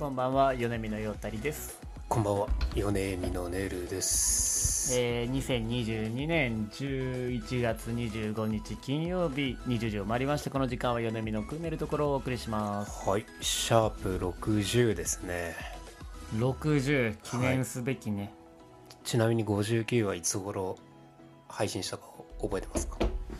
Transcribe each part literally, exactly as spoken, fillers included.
こんばんは、米見のようたりです。 こんばんは、米見のねるです。 えー、にせんにじゅうにねんじゅういちがつにじゅうごにち金曜日にじゅうじを回りまして、この時間は米見のくめるところをお送りします。 はい、シャープろくじゅうですね。 ろくじゅう記念すべきね、はい、 ちなみにごじゅうきゅうはいつ頃配信したか覚えてますか？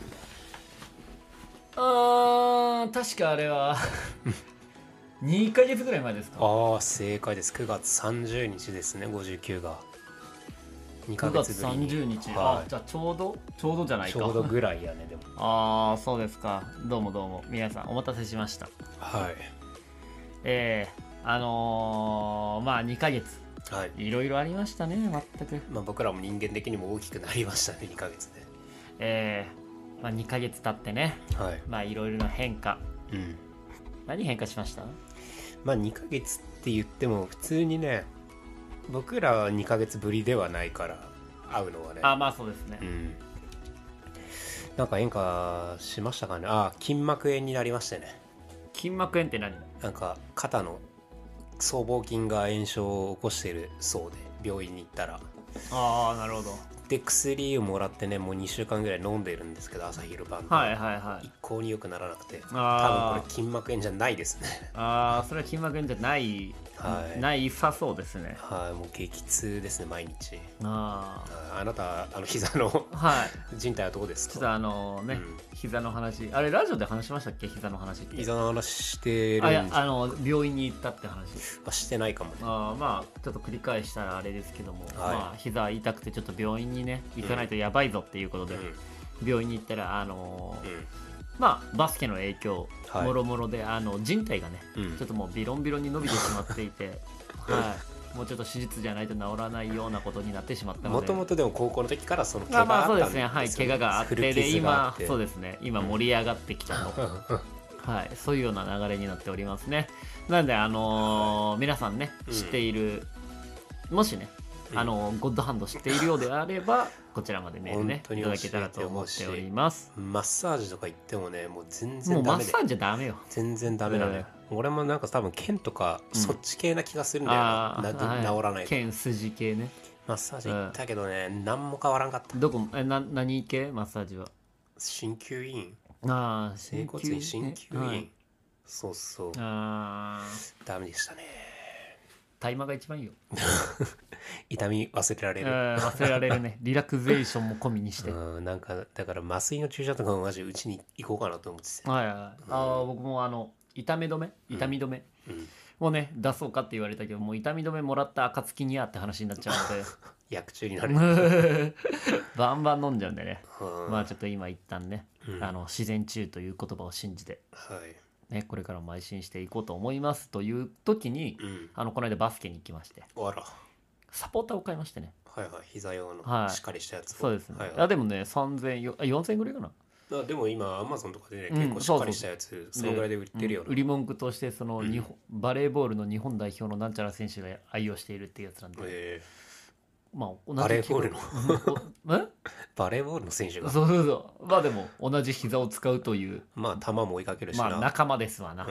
あー、確かあれはにかげつぐらい前ですか？ ああ、正解です。くがつさんじゅうにちですね、ごじゅうきゅうがにかげつぶりに。 くがつさんじゅうにち、 はい、 あ、じゃあちょうどちょうどじゃないか、 ちょうどぐらいやね。でもああ、そうですか。どうもどうも皆さんお待たせしました。 はい、 えー、あのー、まあにかげつ、 はい、 いろいろありましたね。全く、 まあ、僕らも人間的にも大きくなりましたね、にかげつで。 えー、まあ、にかげつ経ってね、 はい、 まあいろいろな変化、 うん、 何変化しました？ まあにかげつって言っても普通にね、僕らはにかげつぶりではないから会うのはね。 あ、まあそうですね、 うん、なんか変化しましたかね。あ、筋膜炎になりましてね。 筋膜炎って何？ なんか肩の僧帽筋が炎症を起こしているそうで、病院に行ったら。 ああ、なるほど。 で薬をもらってね、もうにしゅうかんぐらい飲んでるんですけど、朝昼晩と。 はいはいはい。 一向に良くならなくて、多分あこれ筋膜炎じゃないですね。 ああ、それは筋膜炎じゃない、 はい、 ないさそうですね。 はい、もう激痛ですね、毎日。 ああ、あなた、あの膝のはい靭帯はどうですか？ ちょっとあのね、うん、膝の話、あれラジオで話しましたっけ？膝の話って。 膝の話してるんあ、いや、あの病院に行ったって話はしてないかもね。 あ、まあちょっと繰り返したらあれですけども、 はい、 まあ膝痛くてちょっと病院にね行かないとやばいぞっていうことで、うん、病院に行ったらあのーうん、まあバスケの影響、はい、もろもろであの靭帯がね、うん、ちょっともうビロンビロンに伸びてしまっていてはい、もうちょっと手術じゃないと治らないようなことになってしまったので、 もともとでも高校の時からその怪我があったんですよね。 まあまあそうですね、はい、怪我があって、で今そうですね、今盛り上がってきたと、うん、はい、そういうような流れになっておりますね。なんであのーはい、皆さんね知っている、うん、もしね、うん、あのー、ゴッドハンド知っているようであればこちらまでメールねいただけたらと思っております。 マッサージとか行ってもね、もう全然ダメで、 もうマッサージはダメよ、 全然ダメだね、うん、俺もなんか多分剣とか、うん、そっち系な気がするんだよな、うん、な、はい、治らないと。 剣筋系ね。 マッサージ行ったけどね、うん、何も変わらんかった。 どこえな何系マッサージは？ 鍼灸院。 ああ、 整骨院、鍼灸院、はい、そうそう、 あダメでしたね。 大麻が一番いいよ痛み忘れられる、 忘れられるねリラクゼーションも込みにして、 うん、なんかだから麻酔の注射とかもマジうちに行こうかなと思ってて、 はいはい、うん、あ僕もあの痛み止め痛み止め、うんうんもうね出そうかって言われたけど、もう痛み止めもらった暁にはって話になっちゃうので薬中になるバンバン飲んじゃうんでね、うん、まあちょっと今一旦ね、うん、あの自然治癒という言葉を信じて、はいね、これから邁進していこうと思いますという時に、うん、あのこの間バスケに行きまして、 あらサポーターを買いましてね、 はいはい、膝用のしっかりしたやつ、はい、 そうですね、 はいはい、 あでもねさんぜんよんせんえんぐらいかな。 あでも今アマゾンとかでね、うん、結構しっかりしたやつ そ, そのぐらいで売ってるよね、 うん、売り文句としてその日本、うん、バレーボールの日本代表のなんちゃら選手が愛用しているっていうやつなんで、えー、まあ同じバレーボールのえバレーボールの選手がそうそうそうまあでも同じ膝を使うというまあ球も追いかけるしな、 まあ仲間ですわな、うん、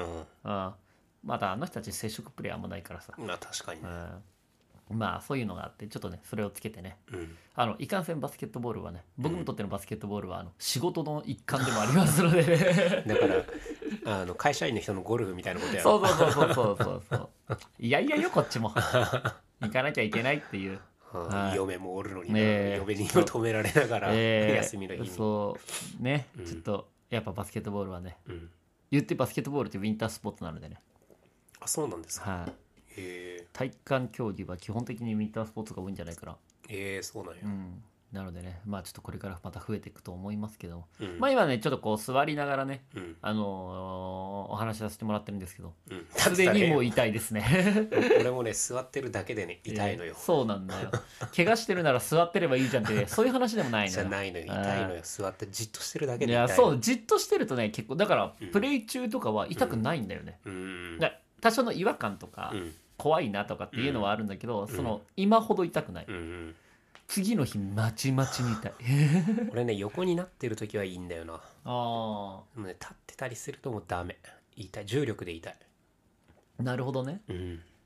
またあの人たち接触プレーあんまないからさ、 まあ確かにね、 うん、まあそういうのがあってちょっとねそれをつけてね、うん、あのいかんせんバスケットボールはね、僕にとってのバスケットボールはあの仕事の一環でもありますので、ね、 だからあの会社員の人のゴルフみたいなことやろ。そうそうそうそうそうそういやいやよこっちも行かなきゃいけないっていう、 はい、嫁もおるのに、ねえー、嫁にも止められながら、えー、休みの日にそうね、うん、ちょっとやっぱバスケットボールはね、うん、言ってバスケットボールってウィンタースポーツなのでね。 あ、そうなんですか。 はい、へ体育館競技は基本的にウィンタースポーツが多いんじゃないかな。 えー、そうなんや、 うん、なのでね、まあちょっとこれからまた増えていくと思いますけど、うん、まあ今ねちょっとこう座りながらね、うん、あのー、お話しさせてもらってるんですけど、すで、うん、にもう痛いですね俺もね座ってるだけでね痛いのよ、 えー、そうなんだよ怪我してるなら座ってればいいじゃんって、ね、そういう話でもないのよ。 じゃないのよ、痛いのよ、座ってじっとしてるだけで痛いの。 いやそうじっとしてるとね結構だからプレイ中とかは痛くないんだよね、うん、だ多少の違和感とか、うん怖いなとかっていうのはあるんだけど、うん、その今ほど痛くない、うんうん、次の日まちまちに痛い俺ね横になってる時はいいんだよな。 あでもね立ってたりするともうダメ、痛い、重力で痛い。 なるほどね、 うん、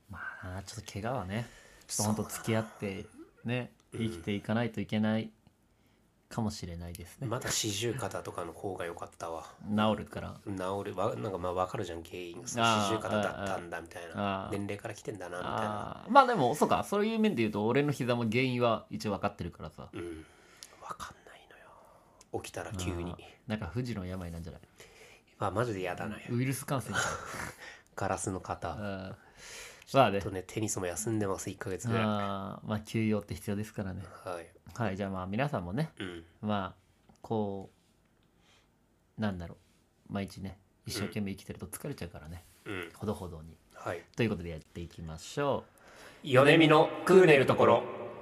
まあな、ちょっと怪我はねちょっとほんと付き合ってね生きていかないといけないかもしれないですね。 まだ四十肩とかの方が良かったわ。 治るから治るわ、なんかまあ分かるじゃん原因が。四あー十肩だったんだみたいな、 あー年齢から来てんだなみたいな。 あーまあでもそうか、そういう面で言うと俺の膝も原因は一応分かってるからさ、 うん、分かんないのよ起きたら急に。 あーなんか不治の病なんじゃない？ まあマジで嫌だなよ、 ウイルス感染じガラスの肩。 ゃん。あーまあねちょっとねテニスも休んでますいっかげつぐらい。 あーまあ休養って必要ですからね。 はい。 はい、じゃあまあ皆さんもね、 うんまあこうなんだろう、毎日ね一生懸命生きてると疲れちゃうからね、 うんほどほどにはい。 ということでやっていきましょう。 米見のクーネルところ。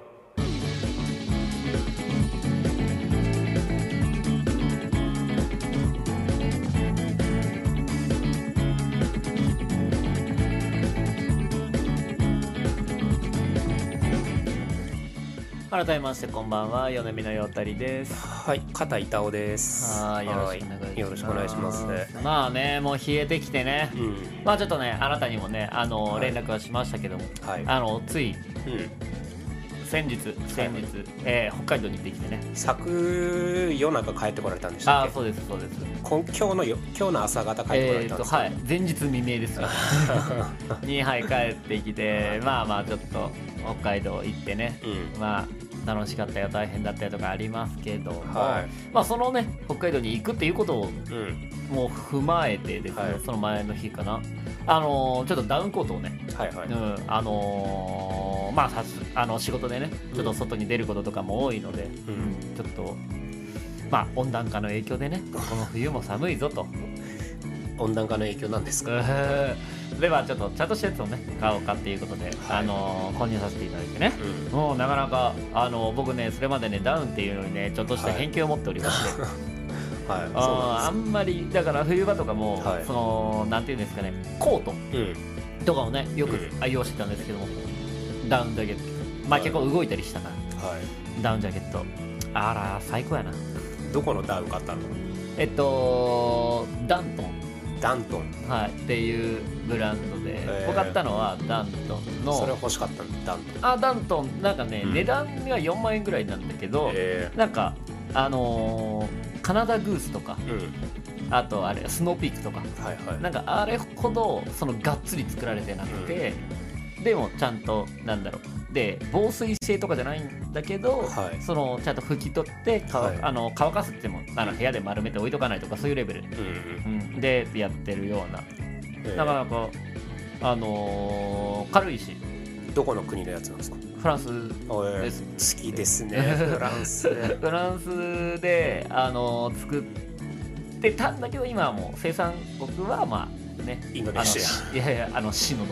改めましてこんばんは、米見のようたりです。 はい、片板尾です。 はい、よろしくお願いします。 はいよろしくお願いします。 まあね、もう冷えてきてね、 うんまあちょっとね、あなたにもね、あの、 はい連絡はしましたけども、 はい。 あのついうん。 先日先日、えー北海道に行ってきてね。 昨夜中帰ってこられたんでしたっけ？ ああ、そうですそうです。 こん今日のよ今日の朝方帰ってこらえーとれたんですか？ はい、前日未明ですよに、はい、帰ってきて、まあまあちょっと北海道行ってね、 うん。 まあ楽しかったよ、大変だったよとかありますけども、 はい。 まあそのね北海道に行くっていうことをうん。 もう踏まえてですね、 はいその前の日かな、あのーちょっとダウンコートをね、 はいはい。 うん、あのーまあさすあの仕事でねちょっと外に出ることとかも多いので、 んうんちょっとまあ温暖化の影響でねこの冬も寒いぞと温暖化の影響なんですか？ うんではちょっとちゃんとしたやつをね買おうかっていうことで、あのー購入させていただいてね、 うん。 もうなかなか、あの僕ねそれまでねダウンっていうのにねちょっとした偏見を持っておりまして、 はい。 あーあんまりだから冬場とかも、 はいそのなんていうんですかねコートそうなんです。 とかをねよくうん愛用してたんですけども、ダウンジャケットまあはい結構動いたりしたから、 うん。はい。 ダウンジャケットあら最高やな。 どこのダウン買ったの？ えっとダントン、 ダントン。 はい、っていうブランドで、 へー僕買ったのはダントンのそれ欲しかったんだ、ダントン。 あダントンなんかね、 うん値段がよんまん円ぐらいなんだけど、 えなんかあのーカナダグースとかえ。うん。 あとあれスノーピークとかはいはい。 なんかあれほどそのがっつり作られてなくて、でもちゃんとなんだろうで防水性とかじゃないんだけど、 はいそのちゃんと拭き取って乾,、 はいあの乾かすってもあの部屋で丸めて置いとかないとかそういうレベル、 うんうん。 うん、でやってるような、 ええなかなかあのー軽いしどこの国のやつなんですか？ フランスおいです好きですねフランス。 フランスで、あのー作ってたんだけど今はもう生産国はまあねインドネシあのいやいやあのシノの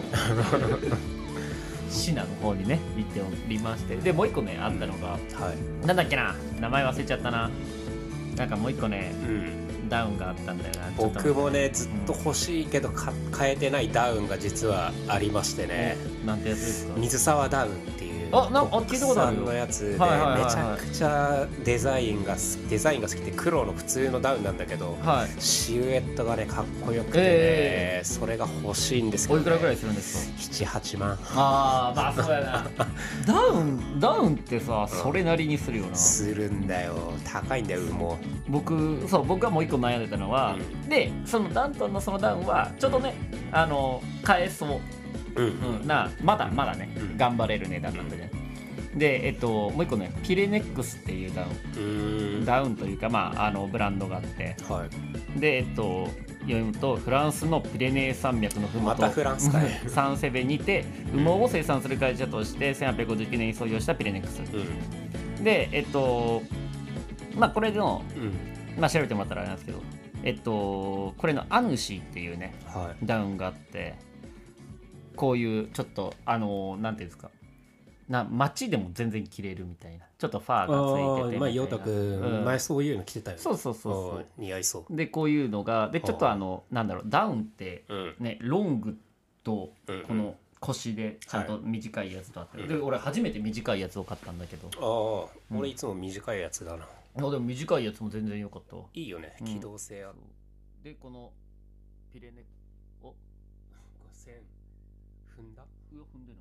シナの方にね行っておりまして、でもう一個ねあったのが、 ア。はい。 なんだっけな名前忘れちゃったな、なんかもう一個ねうん。 ダウンがあったんだよな。ちょっと僕もねずっと欲しいけどか買えてないダウンが実はありましてね。 なんてやつですか？ 水沢ダウンっていうあなんか聞いたことあるよ国産のやつでめちはいはいはいはいゃくちゃデザインがすデザインが好きで黒の普通のダウンなんだけどはい。 シルエットがねかっこよくてね、 えそれが欲しいんですけど、ね、 おいくらぐらいするんですか？ ななはちまんああまあそうやなダウンダウンってさそれなりにするよな。 するんだよ。高いんだよも僕そう僕がもう一個悩んでたのは、 うでそのダントンのそのダウンはちょっとね、あの買えそう、 う。うんうん、なまだまだね、 うん頑張れる値段なんだね。でえっともう一個ねピレネックスっていうダウンうーん。 ダウンというかまああのブランドがあってはい。 でえっと読むとフランスのピレネー山脈のふもとまたフランスかいサンセベにて羽毛を生産する会社としてせんはっぴゃくごじゅうきゅうねんに創業したピレネックスうんでえっとまあこれのうん。 まあ調べてもらったらあれなんですけどえっとこれのアヌシーっていうねはダウンがあってこういうちょっとあのなんていうんですかな街でも全然着れるみたいなちょっとファーがついててみたいな。 まあ陽太くうんん前そういうの着てたよ。 そうそうそうそうん似合いそう。 うでこういうのがでちょっとあのなんだろうダウンってうんねロングとうんこの腰でちゃんと短いやつとあって、 はいで俺初めて短いやつを買ったんだけど、 ああ、俺いつも短いやつだな。 あでも短いやつも全然良かったわ。 いいよね、 うん機動性ある。 でこのピレネおごせん踏んだ楽屋踏んでない。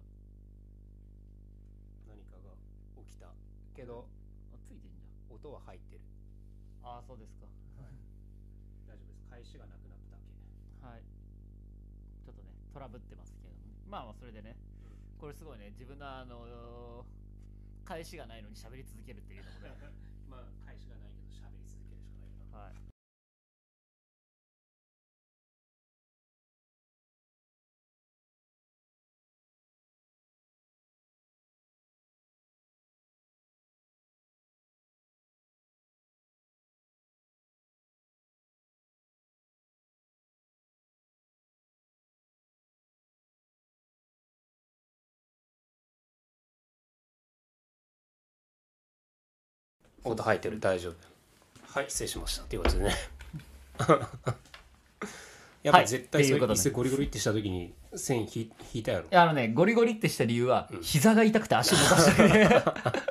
何かが起きたけど、 あ、ついてんじゃん。音は入ってる。 ああ、そうですか。 はい、大丈夫です。返しがなくなっただけ。 はい。ちょっとね、トラブってますけども、ね、まあまあそれでね、うん、これすごいね、自分のあの返しがないのに喋り続けるっていうのもねまあ返しがないけど喋り続けるしかないな。はい。音入ってる。大丈夫。はい、失礼しましたということでねやっぱ絶対そういう椅子ゴリゴリってした時に線引いたやろ。いや、あのね、ゴリゴリってした理由は、うん、膝が痛くて足伸ばしたね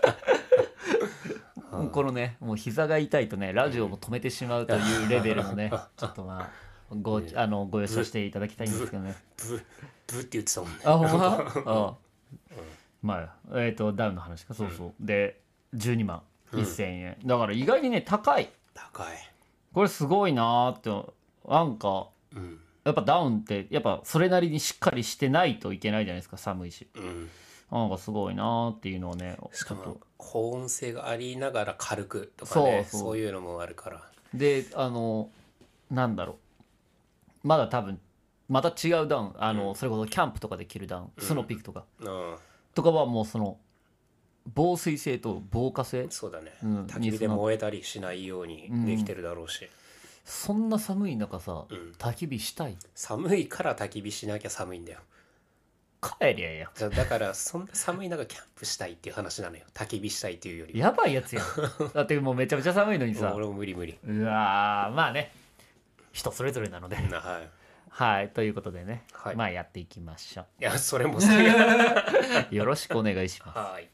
このね、もう膝が痛いとね、ラジオも止めてしまうというレベルのねちょっとまあご、ね、あのご容赦していただきたいんですけどね。 ブブブって言ってたもんね。 あ、ほんまあ、うん、まあえっ、ー、とダウンの話か。そうそう、うん、でじゅうにまんせんえん、うん、だから意外にね高い高い。これすごいなーって。なんか、うん、やっぱダウンってやっぱそれなりにしっかりしてないといけないじゃないですか、寒いし、うん、なんかすごいなーっていうのをね。 しかも保温性がありながら軽くとかね、そうそう、そういうのもあるから。 で、あのなんだろう、まだ多分また違うダウン、あの、うん、それこそキャンプとかで着るダウン、スノーピークとか、うん、とかはもうその防水性と防火性、 そうだね、うん、焚き火で燃えたりしないようにできてるだろうし、うん、 そんな寒い中さ、うん、焚き火したい？ 寒いから焚き火しなきゃ寒いんだよ。 帰りゃや。 だからそんな寒い中キャンプしたいっていう話なのよ。焚き火したいっていうより。 やばいやつやんだってもうめちゃめちゃ寒いのにさ。 俺も無理無理。 うわ、まあね、人それぞれなのではい、はい、ということでね、はい、まあやっていきましょう。 いや、それもそれよろしくお願いします。 はい。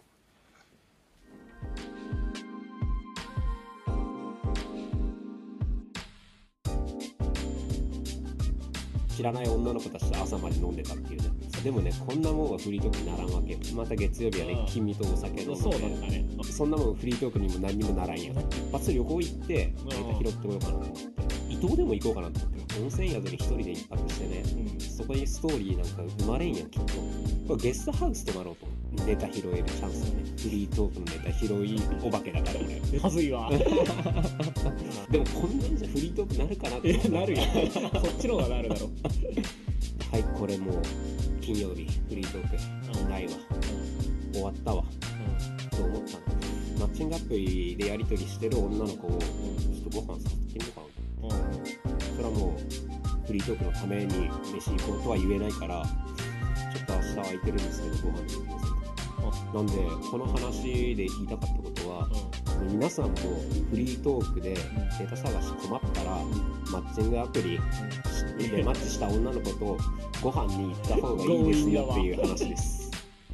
知らない女の子たちと朝まで飲んでたっていうね。でもね、こんなもんはフリートークにならんわけよ。また月曜日はね、君とお酒飲んで、そうだね、そんなもんフリートークにも何にもならんよ。一発旅行行ってネタ拾ってこようかなと思って、伊東でも行こうかなと思って、温泉宿に一人で一泊してね、うん、そこにストーリーなんか生まれんやん、きっと。これゲストハウス泊まろうと思って。ネタ拾えるチャンスね。フリートークのネタ拾いお化けだから俺。 はずいわ。 でもこんなんじゃフリートークなるかなってなるよ。そっちの方がなるだろう。 はい、これもう金曜日フリートークないわ、うん、終わったわ、うん、と思ったの。マッチングアプリでやり取りしてる女の子を、うん、ちょっとご飯誘ってみようかなと思って、うん、それはもうフリートークのために飯行こうとは言えないから、ちょっと明日空いてるんですけどご飯に行きませんか。なんでこの話で言いたかったことは、うん、皆さんもフリートークでネタ探し困ったら、うん、マッチングアプリでマッチした女の子とご飯に行った方がいいですよっていう話です。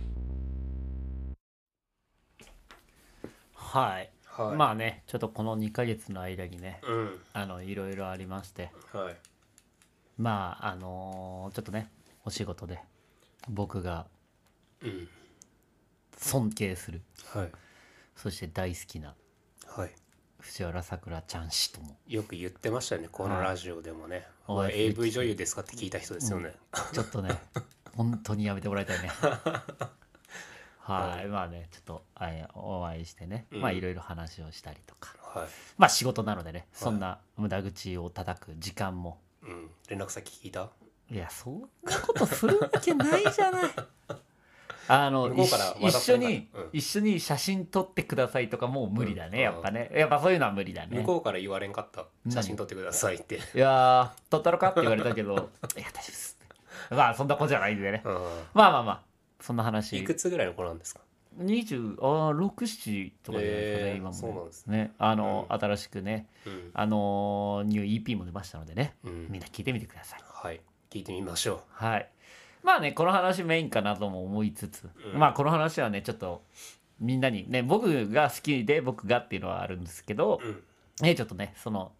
はい、はい、まあね、ちょっとこのにかげつの間にね、うん、あのいろいろありまして、はい、まああのー、ちょっとねお仕事で僕が、うん、尊敬する、はい、そして大好きな、はい、藤原さくらちゃん氏ともよく言ってましたね、このラジオでもね、はい、エーブイ 女優ですかって聞いた人ですよね、 うん、ちょっとね本当にやめてもらいたいねはい、まあね、ちょっとお会いしてね、うん、まあいろいろ話をしたりとか、はい、まあ仕事なのでね、そんな無駄口を叩く時間も、 うん、連絡先聞いた？ いや、そんなことするわけないじゃないあの一緒に、うん、一緒に写真撮ってくださいとかもう無理だね、うん、やっぱね、やっぱそういうのは無理だね。 向こうから言われんかった？写真撮ってくださいって。 いやー、撮ったろかって言われたけどいや大丈夫ですまあそんなことじゃないんでね、うん、まあまあまあそんな話。 いくつぐらいの子なんですか？ にじゅうろく、ななとかじゃないですかね、えー、今もね。そうなんですね。あの、うん、新しくね、うん、あのニュー イーピー も出ましたのでね、うん、みんな聞いてみてください。 はい、聞いてみましょう。 はい、まあね、この話メインかなとも思いつつ、うん、まあこの話はねちょっとみんなにね、僕が好きで僕がっていうのはあるんですけど、うん、ね、ちょっとねその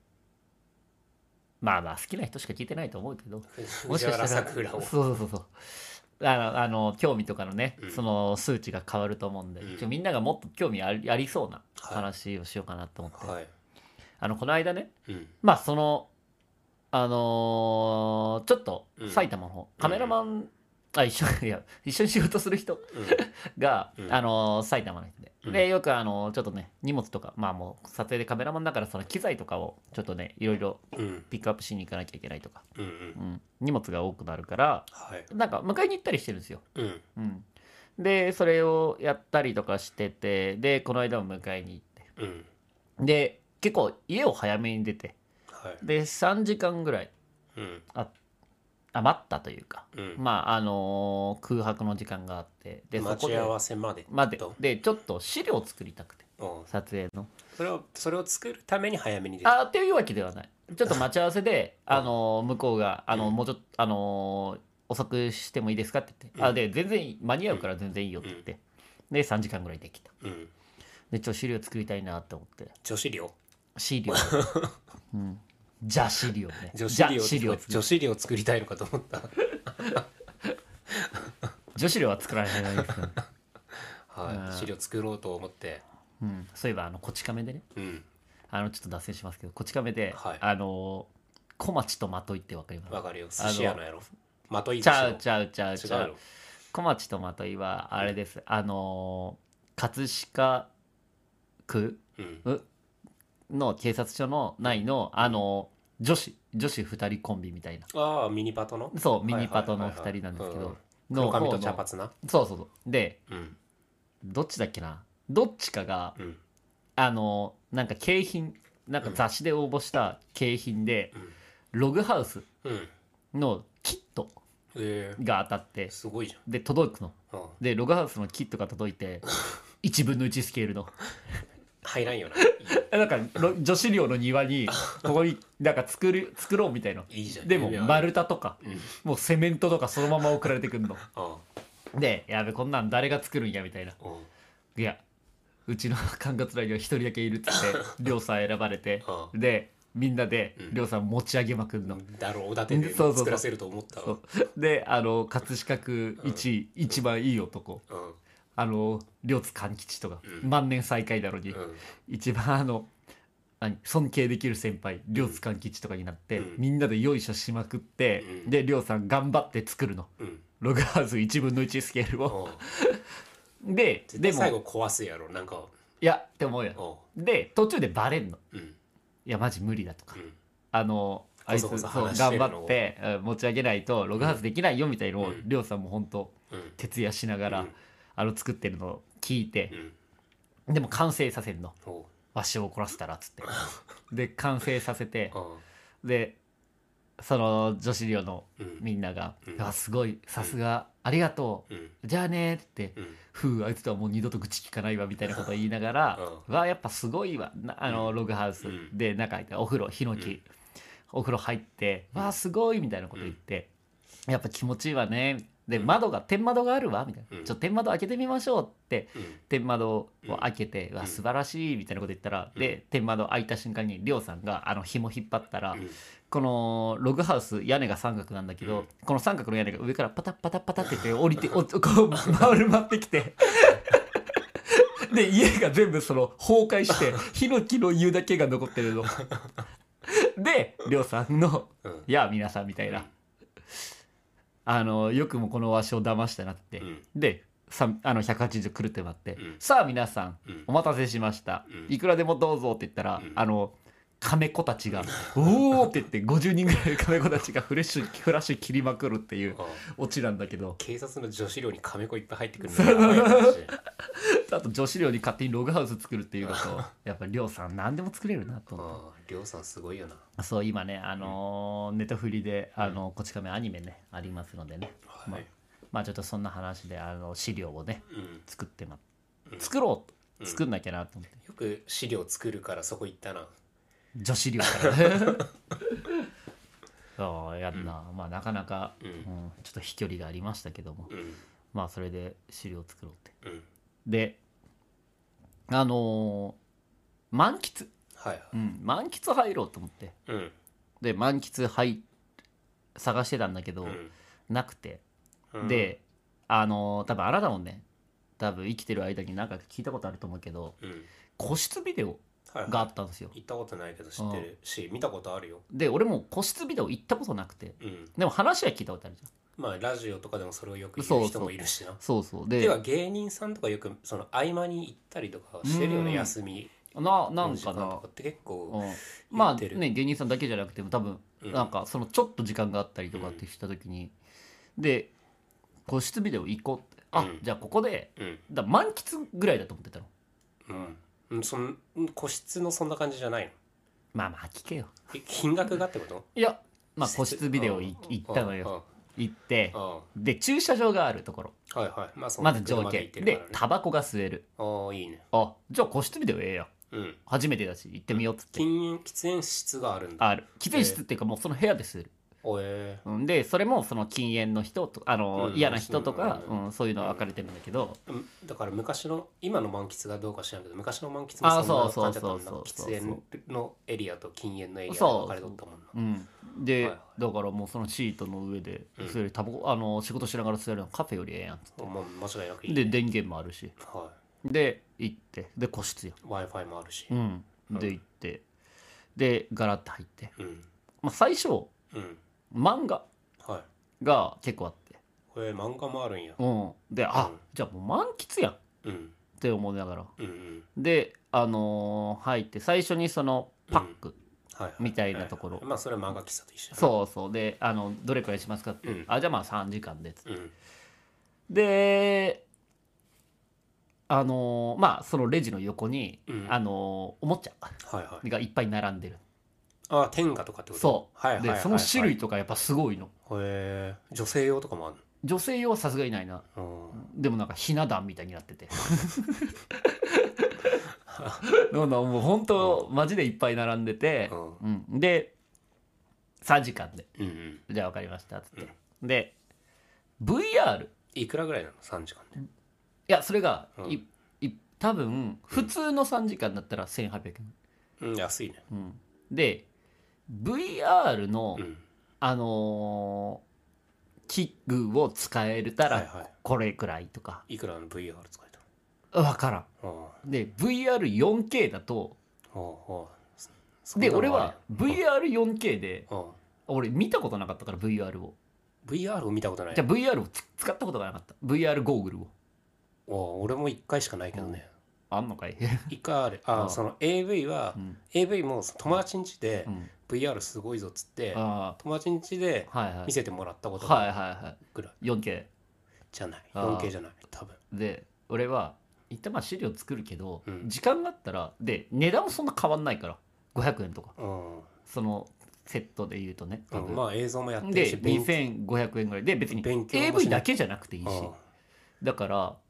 まあまあ好きな人しか聞いてないと思うけど、 もしかしたらそうそうそうそう、 あのあの興味とかのね、 うんその数値が変わると思うんで、 うんちょみんながもっと興味あり、ありそうな話をしようかなと思って、 はいあのこの間ね、 うんまあそのあのーちょっとうん埼玉の方、カメラマン、あ一緒いや一緒に仕事する人が、 うんあのー埼玉の人で、 うんでよくあのーちょっとね荷物とか、まあもう撮影でカメラマンだからその機材とかをちょっとねいろいろうんうんピックアップしに行かなきゃいけないとか、 うんうんうん、荷物が多くなるからはいなんか迎えに行ったりしてるんですよ。 うんうん、でそれをやったりとかしてて、でこの間も迎えに行っうんて、で結構家を早めに出て、 はいでさんじかんぐらいうんあ待ったというか、 うんまああのー空白の時間があって、でそこで待ち合わせまでまでとでちょっと資料を作りたくて、 うん撮影のそれをそれを作るために早めに出たあっていうわけではない、ちょっと待ち合わせであのー向こうがあのうんもうちょっとあのー遅くしてもいいですかって言って、 うんあで全然間に合うから全然いいよって言って、でさんじかんぐらいできた。 うんでちょっと資料作りたいなって思って、 女子寮資料うんじゃ資料ね女子じゃ寮資料作る女子寮作りたいのかと思った女子寮は作られないですよ、 はい資料作ろうと思ってうん、そういえばあのこち亀でね、 うんあのちょっと脱線しますけど、こち亀で、 はいあの小町とまといってわかります？ わかるよ寿司屋のやろまといちゃうちゃうちゃうちゃう違うの小町とまといはあれです、あの葛飾区うんの警察署の内のあの女子女子ふたりコンビみたいな、 ああミニパトのそうミニパトのふたりなんですけど、の黒髪と方の茶髪なそうそうそうでうんどっちだっけな、どっちかがうんあのなんか景品なんか雑誌で応募した景品で、ログハウスうんのキットえが当たってー、すごいじで届くのゃん、うん、 でログハウスのキットが届いていちぶんのいちスケールの入らんよななんかろ女子寮の庭にここになんか作る作ろうみたいないいじゃんでも夢ある丸太とかうんもうセメントとかそのまま送られてくるのあでやべこんなん誰が作るんやみたいな、 あいやうちの管轄内には一人だけいるっつって寮さん選ばれてああでみんなでうん寮さん持ち上げまくんの、 だろうおだてでそうそうそう作らせると思ったわそうであの葛飾区一、一番いい男うんあの両津勘吉とか、 うん万年最下位なのに、 うん一番あの何尊敬できる先輩両津勘吉とかになって、 うんみんなでよいしょしまくって、 うんで両さん頑張って作るのうんログハウスいちぶんのいちスケールを、 うんで絶でも対最後壊すやろなんかいやって思うよおで途中でバレんのうんいやマジ無理だとか、 うんあのあいつこそこそそう話してるのを頑張ってうん持ち上げないとログハウスできないよみたいのをうんりょうさんも本当うん徹夜しながら、 うんあの作ってるのを聞いてう、んでも完成させんのおうわしを怒らせたらっつってで完成させてあでその女子寮のうんみんなが「 うんあすごいさすがありがとうんうじゃあね」ってうん 「ふうあいつとはもう二度と口聞かないわ」みたいなことを言いながら「わやっぱすごいわなあのログハウスうんで中入ってお風呂ヒノキ、 うんお風呂入って「わあすごい」みたいなこと言って「やっぱ気持ちいいわね」でうん窓が天窓があるわみたいな「 うんちょっと天窓開けてみましょう」ってうん天窓を開けて「 うんわ素晴らしい」みたいなこと言ったら、 うんで天窓開いた瞬間にりょうさんがあの紐引っ張ったら、 うんこのログハウス屋根が三角なんだけど、 うんこの三角の屋根が上からパタッパタッパタって言って降りておこう丸まってきてで家が全部その崩壊してヒノキの湯だけが残ってるのでりょうさんのうん 「やあ皆さん」みたいな、あのよくもこのわしを騙したなって、 うんでさあのひゃくはちじゅうくるって待って、 うんさあ皆さんうんお待たせしました、 うんいくらでもどうぞって言ったら、 うんあの亀子たちが「おお!」って言ってごじゅうにんぐらいの亀子たちがフレッシュフラッシュ切りまくるっていうあオチなんだけど、 警察の女子寮に亀子いっぱい入ってくるのやばい話あと女子寮に勝手にログハウス作るっていうのとやっぱりりょうさん何でも作れるなと思っあありょうさんすごいよなて、そう今ねあのーネタフリであのこち亀アニメねありますのでね、まあはいまあちょっとそんな話であの資料をねうん作ってまうん作ろうとうん作んなきゃなと思って、 よく資料作るからそこ行ったな女子寮からそうやんな、まあなかなか、 うんうんちょっと飛距離がありましたけども、 うんまあそれで資料を作ろうってうんであのー満喫、 はいはいうん、満喫入ろうと思ってうんで満喫入探してたんだけど、 うんなくて、 うんであの多分あなたもね多分生きてる間に何か聞いたことあると思うけど、 うん、 個室ビデオがあったんですよ、 はいはい、行ったことないけど知ってるし、見たことあるよ。 で俺も個室ビデオ行ったことなくて、 うん、 でも話は聞いたことあるじゃん。 まあラジオとかでもそれをよく言う人もいるしな。 そうそうででは芸人さんとかよくその合間に行ったりとかしてるよね、休みななんの時間かなとかって結構うん、まあ言ってるね芸人さんだけじゃなくても多分、 うんなんかそのちょっと時間があったりとかってした時に、で個室ビデオ行こうって、あ、 うんじゃあここでうんだ満喫ぐらいだと思ってたの。 うんうん、そん個室のそんな感じじゃないの？ まあまあ聞けよ。 え金額がってこと？ いやまあ個室ビデオい行ったのよ。行ってあで駐車場があるところ、 あはいはい、まあそのまず条車で行件ってるからね。 でタバコが吸える。 ああいいね。 あじゃあ個室ビデオええやん、 うん、 初めてだし行ってみようっつって、 禁煙喫煙室があるんだ。 ある喫煙室っていうかもうその部屋で吸える。 おえうんでそれもその禁煙の人とあの、 うん嫌な人とか、 うんうん、そういうのは分かれてるんだけど、 ー、だから昔の今の満喫がどうか知らんけど昔の満喫あもそんなそう感じだったもんな。 そうそうそう喫煙のエリアと禁煙のエリアでそう分かれとったもんな。 うん、で、 はいはいだからもうそのシートの上でうんそれタバコあの仕事しながら吸えるのカフェよりええやんっつって、 まあ間違いなくいい、 で電源もあるしはで行ってで個室よ、 い、Wi-Fi もあるし。 うん、で行ってでガラッと入って、 うんまあ、最初うん漫画はいが結構あって、 これ漫画もあるんや。 うん、であ、 うんじゃあもう満喫やんっうんて思いながらうんうんであのー入って最初にそのパック、 はいはい、 みたいなところはいはい、まあそれは漫画喫茶と一緒やな。 そうそうであのどれくらいしますかって、 うんあじゃあまあさんじかんでつってうんであのーまあそのレジの横に、 うんあのーおもちゃはいはい。 がいっぱい並んでる。 あ天下とかってこと？ そう、 はいはいはいはい、 でその種類とかやっぱすごいの。 へえ女性用とかもある女性用はさすがにないな。 の？ でもなんかひな壇みたいになっててなんだもう本当マジでいっぱい並んでて、うん、でさんじかんでうんうんじゃあ分かりましたっつって、で ブイアールいくらぐらいなのさんじかんで？ いやそれが、 うんいい多分普通のさんじかんだったらせんはっぴゃくえん、 うん安いね。 うん、で ブイアール の、 うんあのー器具を使えたらはいはい。 これくらいとかいくらの ブイアール使えた分からん。 の？ で ブイアールよんケー だとああああで俺は ブイアールよんケー でああ俺見たことなかったから ブイアール をブイアール を見たことない。 じゃあ ブイアール をつ使ったことがなかった ブイアール ゴーグルをああ俺もいっかいしかないけどね。 あんのかいいっかいある。ああああその エーブイ は、 うんエーブイ も友達ん家でうんブイアール すごいぞっつってあ友達ん家であはいはい見せてもらったことはいがはいはぐらいい よんケじゃない。 ああよんケー じゃない多分。 ーで俺は一旦まあ資料作るけど、 うん時間があったらで値段もそんな変わんないからごひゃくえんとかうんそのセットで言うとね多分、 うん、まあ映像もやってるでし勉にせんごひゃくえんぐらいで別に勉強もしないエーブイ だけじゃなくていいしうんだから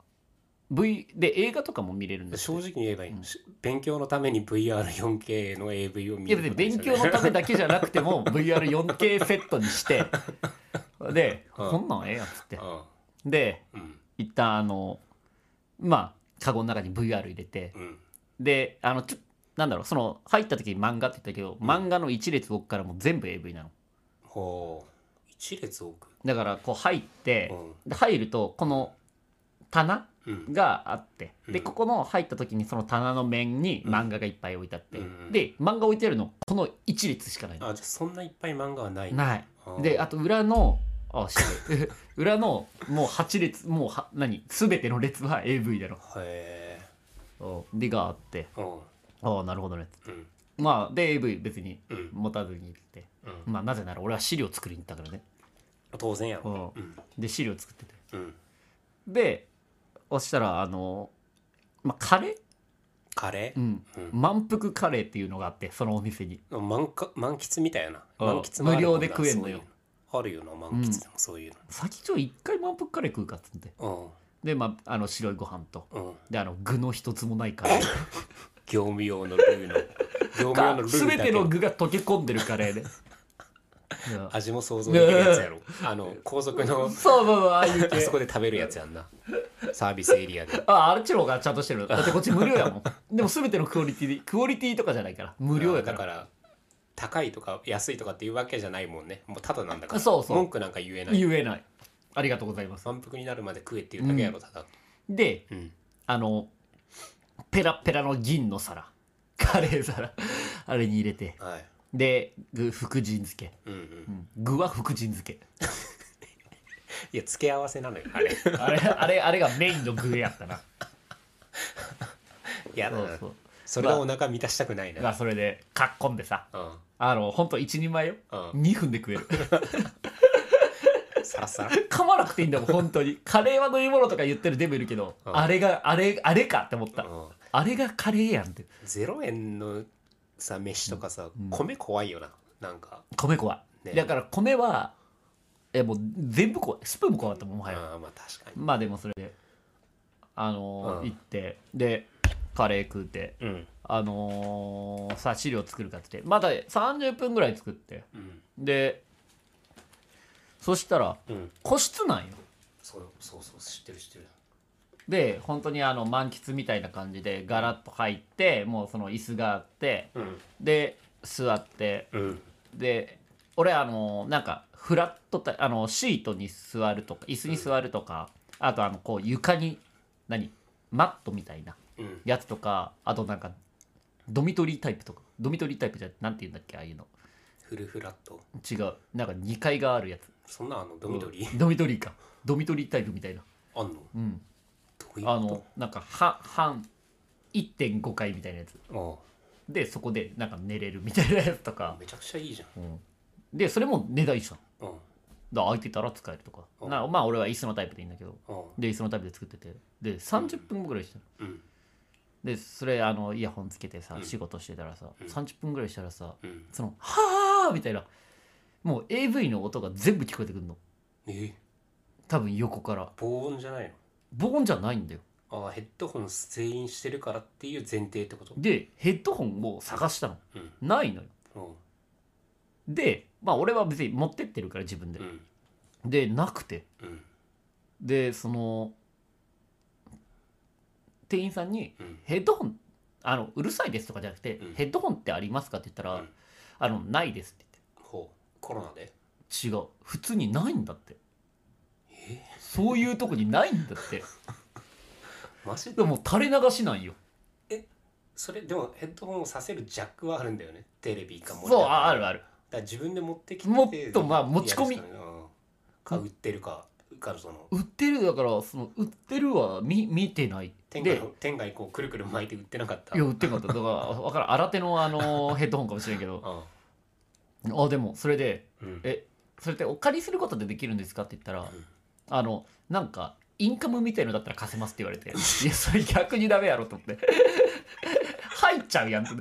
V で映画とかも見れるんです正直に言えばいい、勉強のために ブイアールよんケー の エーブイ を見いやる別に勉強のためだけじゃなくても ブイアールよんケー セットにしてで、 うんこんなんええやんっつってうんでうん一旦あのまあカゴの中に ブイアール 入れてうんであのちょなんだろうその入った時に漫画って言ったけど、漫画の一列奥からもう全部 エーブイ なのほう一列奥だからこう入って、 うで入るとこの棚うんがあってでうんここの入った時にその棚の面に漫画がいっぱい置いてあって、 うんで漫画置いてあるのこの一列しかないのあじゃあそんないっぱい漫画はないないあであと裏のあ知ってる裏のもうはち列もうは何全ての列は エーブイ だろへでがあってえうんああなるほどねうんまあで エーブイ 別にうん持たずに行って、 うんまあなぜなら俺は資料作りに行ったからね当然やろううんんで資料作っててうんでそしたらあのまあカレーカレーうんうん満腹カレーっていうのがあってそのお店に満か満喫みたいなあ満喫もあるもんな無料で食えんのよそういうあるよな満喫でもそういう先ちょ一回満腹カレー食うかっつってのでまああの白いご飯とうんうんであの具の一つもないカレー業務用のルーの業務用のルーだけ全ての具が溶け込んでるカレーでいや味も想像できるやつやろあの高速のそうそうそうああいうあ系そこで食べるやつやんなサービスエリアでああっちの方がちゃんとしてるだってこっち無料やもんでも全てのクオリティでクオリティとかじゃないから無料やからだから高いとか安いとかっていうわけじゃないもんねもうただなんだからそうそう文句なんか言えない言えないありがとうございます。 満腹になるまで食えっていうだけやろ、ただ。 で、 うん。 あのペラペラの銀の皿、カレー皿あれに入れて、 はい。 で具福神漬け、 うんうん。 うん具は福神漬けいや、付け合わせなのよ、あれ。 あれあれあれがメインの具やったな。 いやだな。 そうそう。 それでお腹満たしたくないな。 がそれでかっこんでさ、 うん。 あのほんと一人前よ、 うん。 にふんで食える。 サラサラ。 噛まなくていいんだもん本当に。カレーは飲み物とか言ってるデブいるけど、 うんあれがあれあれかって思った、 うん。 あれがカレーやんって。 ゼロえんのさ飯とかさ、 うん米怖いよな、なんか。 米怖い、 ねだから米はえもう全部怖い、スプーンも怖かったもんもはや、 ああまあ確かに。 まあでもそれであのーうん行ってでカレー食うて、 うんあのーさあ資料作るかって言ってまださんじゅっぷんぐらい作って、 うんでそしたらうん。 個室なんよ。 そうそうそう知ってる知ってる。 で本当にあの満喫みたいな感じでガラッと入って、もうその椅子があって、 うんで座って、 うんで俺あのなんかフラットタイあのシートに座るとか椅子に座るとか、あとあのこう床に何マットみたいなうん。 やつとか、あとなんかドミトリータイプとか、ドミトリータイプじゃなんて言うんだっけああいうの、 フルフラット。 違うなんかにかいがあるやつ、 そんなあのドミトリー、 うんドミトリーか、ドミトリータイプみたいな、 あんの？ うんどういうこと？ あのなんかは半 いってんご 階みたいなやつあで、そこでなんか寝れるみたいなやつとあか、 めちゃくちゃいいじゃうんでそれも値段一緒なの。 ん。うんだから空いてたら使えるとか、 うんなまあ俺は椅子のタイプでいいんだけど、 うんで椅子のタイプで作ってて、でさんじゅっぷんぐらいしてる、 うんでそれあのイヤホンつけてさ、 うん仕事してたらさ、 うんさんじゅっぷんぐらいしたらさ、 うん。 そのはあみたいな、もう エーブイ の音が全部聞こえてくるの、 え多分横から防音じゃない防音じゃないんだよ。 の？ああヘッドホン全員してるからっていう前提ってこと？ でヘッドホンを探したの、 うんないのよ。 うんでまあ俺は別に持ってってるから自分で、 うんでなくて、 うんでその店員さんにうんヘッドホンあのうるさいですとかじゃなくて、 うんヘッドホンってありますかって言ったら、 うんあのないですってほうコロナで？ 言って、違う普通にないんだって、 えそういうとこにないんだって。 マジで？ でも垂れ流しなんよ。 それでもヘッドホンをさせるジャックはあるんだよね、テレビかモニターそうかああるある。 だから自分で持ってきてもっとまあ持ち込みやる人ねうんか売ってるかかその売ってるだからその売ってるは見見てないで、 天外の天外こうくるくる巻いて売ってなかった。 いや売ってなかっただから分からん新手のあのヘッドホンかもしれんけど、 ああでもそれでうんえそれってお借りすることでできるんですかって言ったら、 んあのなんかインカムみたいのだったら貸せますって言われて、いやそれ逆にダメやろと思って入っちゃうやんって。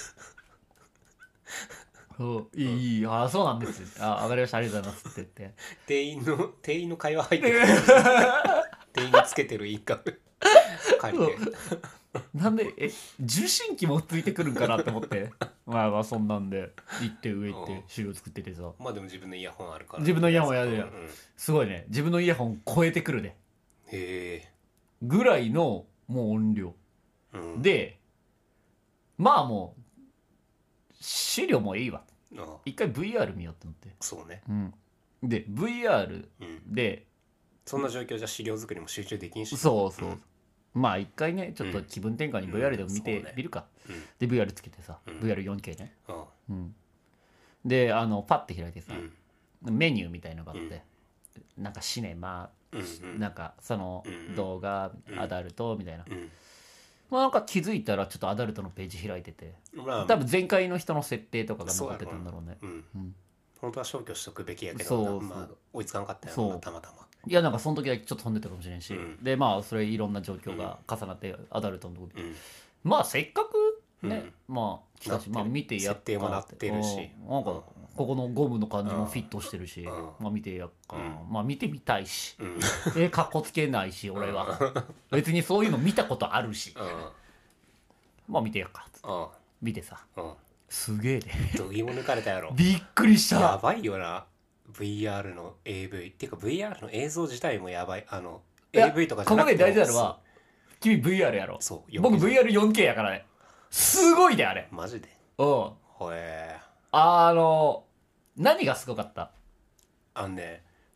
そういいいいあそうなんですあ分かりましたありがとうございますって言って、 店員の店員の会話入ってくる店員につけてるインカム借りてなんでえ受信機もついてくるんかなって思ってまあまあそんなんで行って上行って資料作っててさ、 まあでも自分のイヤホンあるから自分のイヤホンやるやんうんうんへすごいね自分のイヤホン超えてくるねえぐらいのもう音量うんで、まあもう資料もいいわ、 あ一回 ブイアール 見ようと思って、 そうねうん、で ブイアールうんでそんな状況じゃ資料作りも集中できんしそうそう、 うんまあ一回ねちょっと気分転換に ブイアール でも見うんそうねてみるか、 うんで ブイアール つけてさ、 うんブイアールよんケー ね、 あうん、であのパッて開いてさ、 うんメニューみたいのがあって、なんかシネマ、 うんうんなんかそのうん動画、 うんアダルトみたいな、 うんまあなんか気づいたらちょっとアダルトのページ開いてて、 まあ多分前回の人の設定とかが残ってたんだろうね。 うんうん本当は消去しとくべきやけそうそうどまあ追いつかなかったよそうなたまたまいやなんかその時はちょっと飛んでたかもしれんし、 うんでまあそれいろんな状況が重なってアダルトのとこで、 うんまあせっかくね、まあ来たし、 なってるまあ見てやっか設定もなってるしうんなんかうんここのゴムの感じもフィットしてるし、 うんまあ見てやっか、 うんまあ見てみたいし、 うんえかっこつけないし俺は別にそういうの見たことあるし、 うんまあ見てやっかっつってうん見てさうんすげえねどぎも抜かれたやろびっくりしやた。 ばいよな ブイアール の エーブイ っていうか ブイアール の映像自体もやばいあのいやエーブイ とかじゃなくてここで大事なのは君 ブイアール やろ。 そう僕よんケーブイアールよんケー やからね。すごいであれ。 マジでうん。 ほえあの何がすごかった？ あのね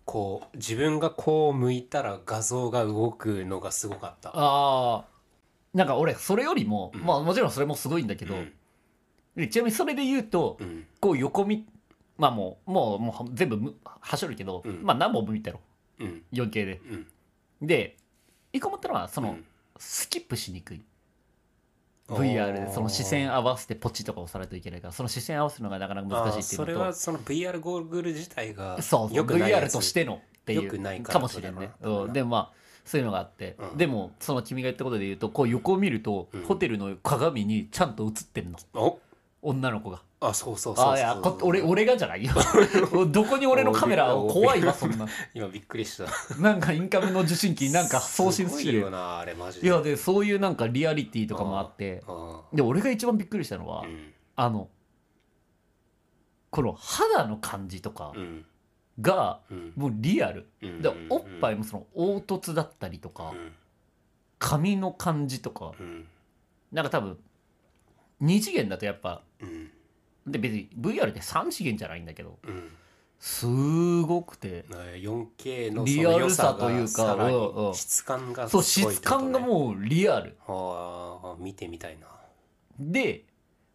こう自分がこう向いたら画像が動くのがすごかった。 ああなんか俺それよりも、 うんまあもちろんそれもすごいんだけど、 うんでちなみにそれで言うと、 うん、 こう横見まあもうもうもう全部むはしょるけど、 うんまあ何本も見たろうんよんケー でうん、 で一個思ったのはその、 うんスキップしにくい ブイアール でその視線合わせてポチとか押さないといけないからその視線合わせるのがなかなか難しいっていうのとそれはその ブイアール ゴーグル自体がそうそうよくないやブイアールつとしてのっていうよくないからかもしれんね、 それはうん、でもまあそういうのがあって、 うんでもその君が言ったことで言うとこう横を見ると、 うんホテルの鏡にちゃんと映ってんのお女の子があそうそうそうそうあいやこ俺俺がじゃないよどこに俺のカメラ怖いわそんな今びっくりした。 なんかインカムの受信機なんか送信してるすごいよなあれマジで。 いやでそういうなんかリアリティとかもあってあで俺が一番びっくりしたのは、 うんあのこの肌の感じとかうんがうんもうリアルうんでおっぱいもその凹凸だったりとかうん髪の感じとかうんなんか多分に次元だとやっぱうんで別に ブイアール ってさん次元じゃないんだけどうんすごくてよんケー のリアルさというかさらうんうんに質感がすそうごいってことね質感がもうリアルはあ見てみたいな。 で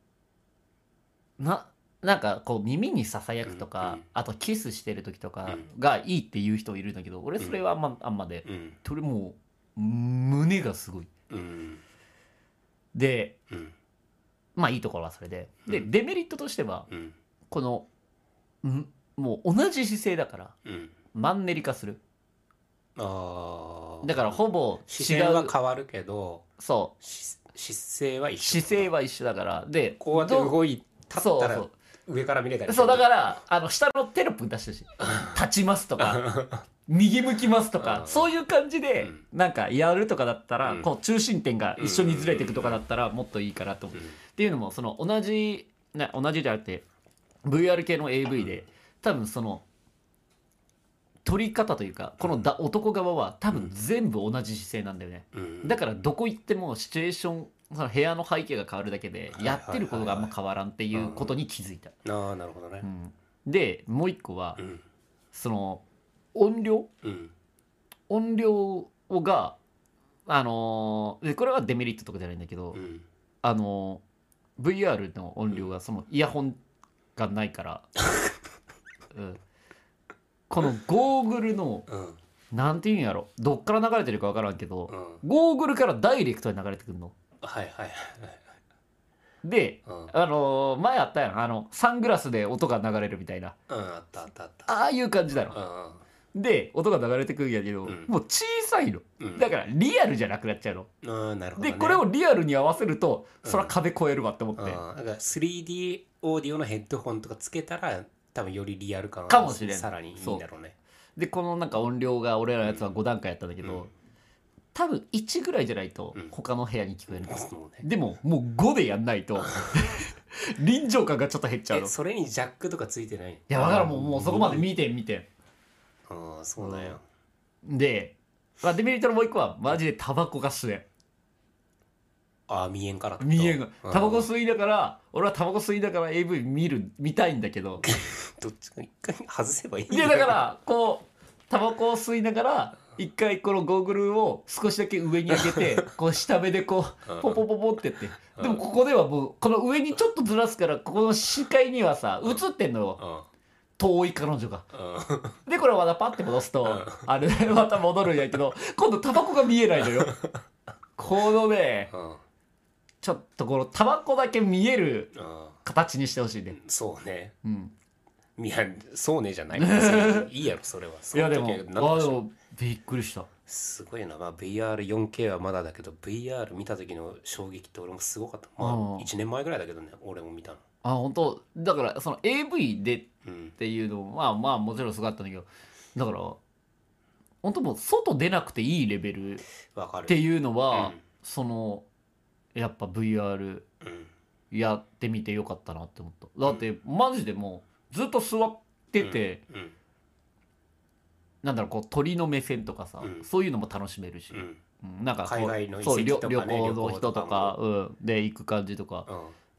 ななんかこう耳にささやくとか、 うんうんあとキスしてる時とかうがいいっていう人いるんだけど俺それはあんま,、あんまでうんそれもう胸がすごいうんでうんまあいいところはそれででうんデメリットとしてはうんこのんもう同じ姿勢だからうんマンネリ化するああだからほぼ視違う線は変わるけどそし姿勢はう一緒。 姿勢は一緒だからでこうやってど動い立ったらそうそう上から見れたりそうだからあの下のテロップ出してるし立ちますとか右向きますとかうんそういう感じでうんなんかやるとかだったら、 うんこう中心点が一緒にずれていくとかだったらもっといいかなと思う、 うんっていうのもその同じな同じじゃなくて ブイアール 系の エーブイ で多分その撮り方というかこのだ男側は多分全部同じ姿勢なんだよね、 うんだからどこ行ってもシチュエーションその部屋の背景が変わるだけではいやってることがあんま変わらんっていうことに気づいた、 ああなるほどねうんでもう一個はうんその音量うん音量があのーでこれはデメリットとかじゃないんだけど、 うんあのー ブイアール の音量がそのイヤホンがないから、うん、このゴーグルのうんなんていうんやろどっから流れてるか分からんけどうんゴーグルからダイレクトに流れてくるのはいはいで、 うんあのー前あったやんあのサングラスで音が流れるみたいなうんあったあったあったああいう感じだろで音が流れてくるんやけど、 うんもう小さいのうんだからリアルじゃなくなっちゃうのうんうんなるほどねでこれをリアルに合わせるとうんそれは壁越えるわって思って、 うんだから スリーディー オーディオのヘッドホンとかつけたら多分よりリアル感がかもしれんさらにいいんだろうねでこのなんか音量が俺らのやつはご段階やったんだけど、 うん多分いちぐらいじゃないとうん他の部屋に聞こえるの、 そうねでももうごでやんないと臨場感がちょっと減っちゃうのいえそれにジャックとかついてないやだからもうもうそこまで見て見てああそうなんやで、まあ、デメリットのもう一個はマジでタバコが吸えああ見えんからってこと見えんがうんタバコ吸いながら俺はタバコ吸いながら エーブイ 見る見たいんだけどどっちか一回外せばいいんでだからこうタバコを吸いながら一回このゴーグルを少しだけ上に上げてこう下目でこううんポポポポってやってうんでもここではもうこの上にちょっとずらすからここの視界にはさ映ってんのようん遠い彼女がうんでこれまたパッて戻すとうんあれまた戻るんやけど今度タバコが見えないのよこのねうんちょっとこのタバコだけ見えるうん形にしてほしいねそうねうんいやそうねじゃない別にいいやろそれはいやでもその時はなんとかしようあでもびっくりしたすごいな、まあ、ブイアールよんケー はまだだけど ブイアール 見た時の衝撃って俺もすごかったまうんあいちねんまえぐらいだけどね俺も見たのあ本当だからその エーブイ でうんっていうのもまあまあもちろんすごかったんだけどだから本当もう外出なくていいレベルっわかるていうのは、 うんそのやっぱ ブイアールうんやってみてよかったなって思っただってマジでもうずっと座ってて、 うんなんだろうこう鳥の目線とかさ、 うんそういうのも楽しめるし、 うんうんなんかこう海外の遺そう旅跡とかね旅行の人とか旅行とかうん、で行く感じとかうんで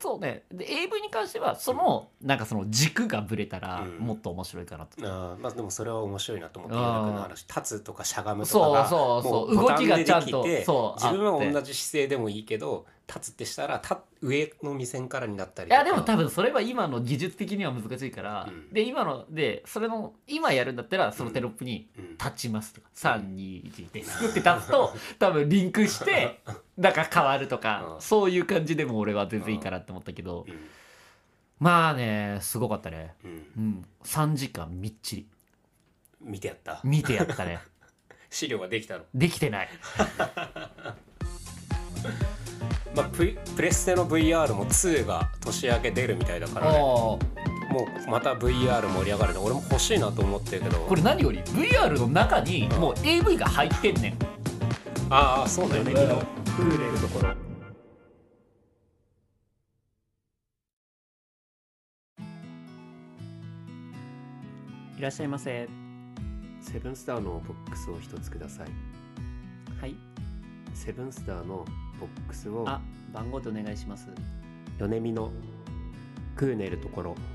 そうねで エーブイ に関してはその、うん、なんかその軸がぶれたらうんもっと面白いかなと、 あまあでもそれは面白いなと思って、岩田君の話、立つとかしゃがむとかそうがそうそうもう動きがちゃんとボタンでできてそう自分はあって同じ姿勢でもいいけど立つってしたらた上の目線からになったりいとか。 やでも多分それは今の技術的には難しいから、 うんで今のでそれの今やるんだったらそのテロップにうん立ちますとか、さんにいちで作って立つと多分リンクしてなんか変わるとか、 うんそういう感じでも俺は全然いいかなって思ったけど、 うんまあねすごかったね。 うんうんさんじかんみっちり見てやった見てやったね資料ができたの。 できてないまあ、プ, プレステの ブイアール もツーが年明け出るみたいだからね、もうまた ブイアール 盛り上がるの俺も欲しいなと思ってるけど、 これ何より ブイアール の中にうんもう エーブイ が入ってんねん。 ああそうだよね、 米のクーレるところいらっしゃいませ。 セブンスターのボックスを一つください。 はい、 セブンスターのボックスをあ、番号でお願いします。 米見のクーネルところ。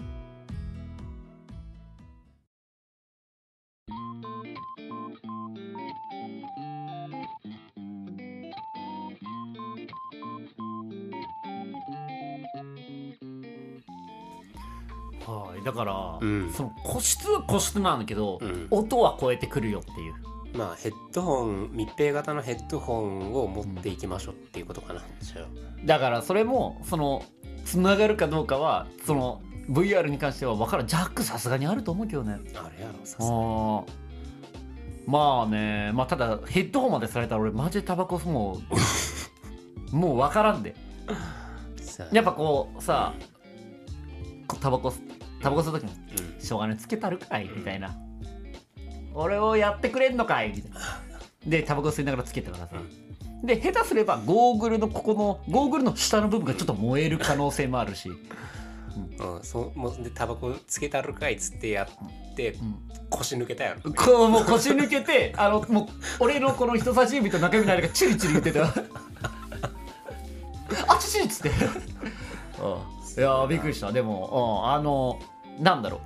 はい、だから、 うんその個室は個室なんだけど、 うん音は超えてくるよっていう。 まあヘッドホン密閉型のヘッドホンを持っていきましょうっていうことかな、じゃあだからそれもそのつながるかどうかはその ブイアール に関しては分からん。ジャックさすがにあると思うけどね。 あれやろさすあがにーまあね、まあただヘッドホンまでされたら俺マジでタバコもうもう分からんで。 さやっぱこうさこうタバコタバコ吸う時にうんしょうがないつけたるかいみたいな、俺をやってくれんのかいみたいなでタバコ吸いながらつけたからさ、で下手すればゴーグルのここのゴーグルの下の部分がちょっと燃える可能性もあるし、 うん、そもうでタバコつけたるかいっつってやって、 うん腰抜けたやろ、 こうもう腰抜けてあのもう俺のこの人差し指と中指の間がチリチリ言ってたあちちっつってうんいやーびっくりした。でも、うん、あのなんだろ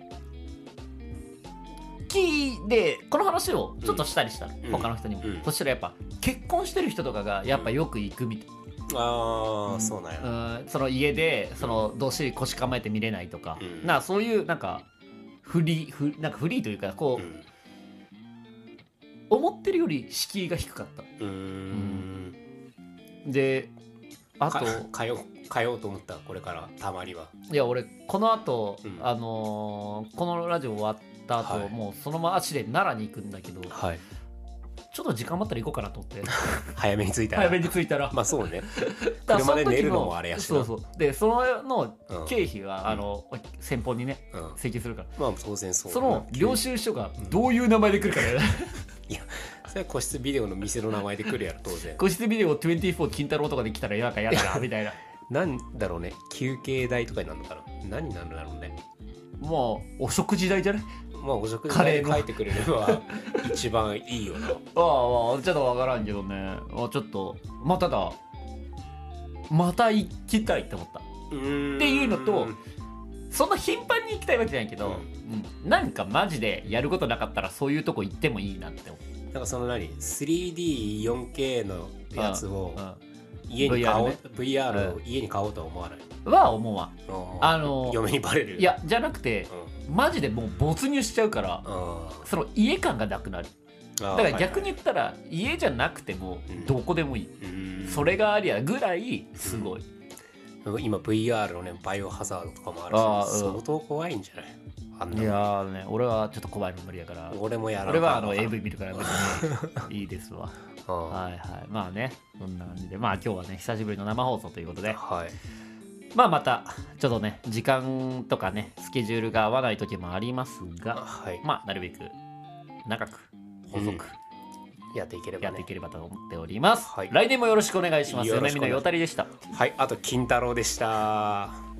うキーでこの話をちょっとしたりしたの、 うん他の人にも、 うんそしたらやっぱ結婚してる人とかがやっぱよく行くみたい、 ああ、そうなんや、 うん、その家でそのどっしり腰構えて見れないとか、 うんなんかそういうなんかフリーフなんかフリーというかこう、 うん思ってるより敷居が低かった。 うーんであとか通う通おうと思ったこれからたまりは。 いや俺この後、 うんあのーこのラジオ終わった後、 はいもうそのまま足で奈良に行くんだけどはい、 ちょっと時間あったら行こうかなと思って早めに着いたら早めに着いたら、 まあそうねだから車で寝るのそ時もあれやしなそうそうでそののうん経費は、あの先方にねうん、 請求するからまあ当然そうだそなの領収書がどういう名前で来るかね、 それは個室ビデオの店の名前で来るやろ当然個室ビデオにじゅうよん金太郎とかで来たらなんか嫌だなみたいななんだろうね休憩代とかになるのかな何になるんだろうね。 もうお食事代じゃないまあお食事カレーの代で書いてくれれば一番いいよな。 ああ、まあ、ちょっとわからんけどね。あちょっと、まあ、ただ、また行きたいって思った。 うーんっていうのとそんな頻繁に行きたいわけじゃないけど、 うんうん、何かマジでやることなかったらそういうとこ行ってもいいなって思う。 なんかその何 スリーディーよんケー のやつをうん家に買おうブイアール ねブイアール を家に買おうとは思わない。 うんは思わん。 うんあの嫁にバレる。 いやじゃなくてうんマジでもう没入しちゃうからあその家感がなくなる。 ーだから逆に言ったら家じゃなくてもうんどこでもいい、 うんそれがありゃぐらいすごい、 今 ブイアール のねバイオハザードとかもあるあーし、 うん相当怖いんじゃないあんなのいやーね俺はちょっと怖いの無理やから俺もやらな俺はあのかったエーブイ 見るから別にいいですわうんはいはいまあねそんな感じでまあ今日はね久しぶりの生放送ということではいまあまたちょっとね時間とかねスケジュールが合わない時もありますがはいまあなるべく長く細くやっていければねやっていければと思っております、 はい来年もよろしくお願いします。 よろしくお願い米見のよたりでした。 はいあと金太郎でした。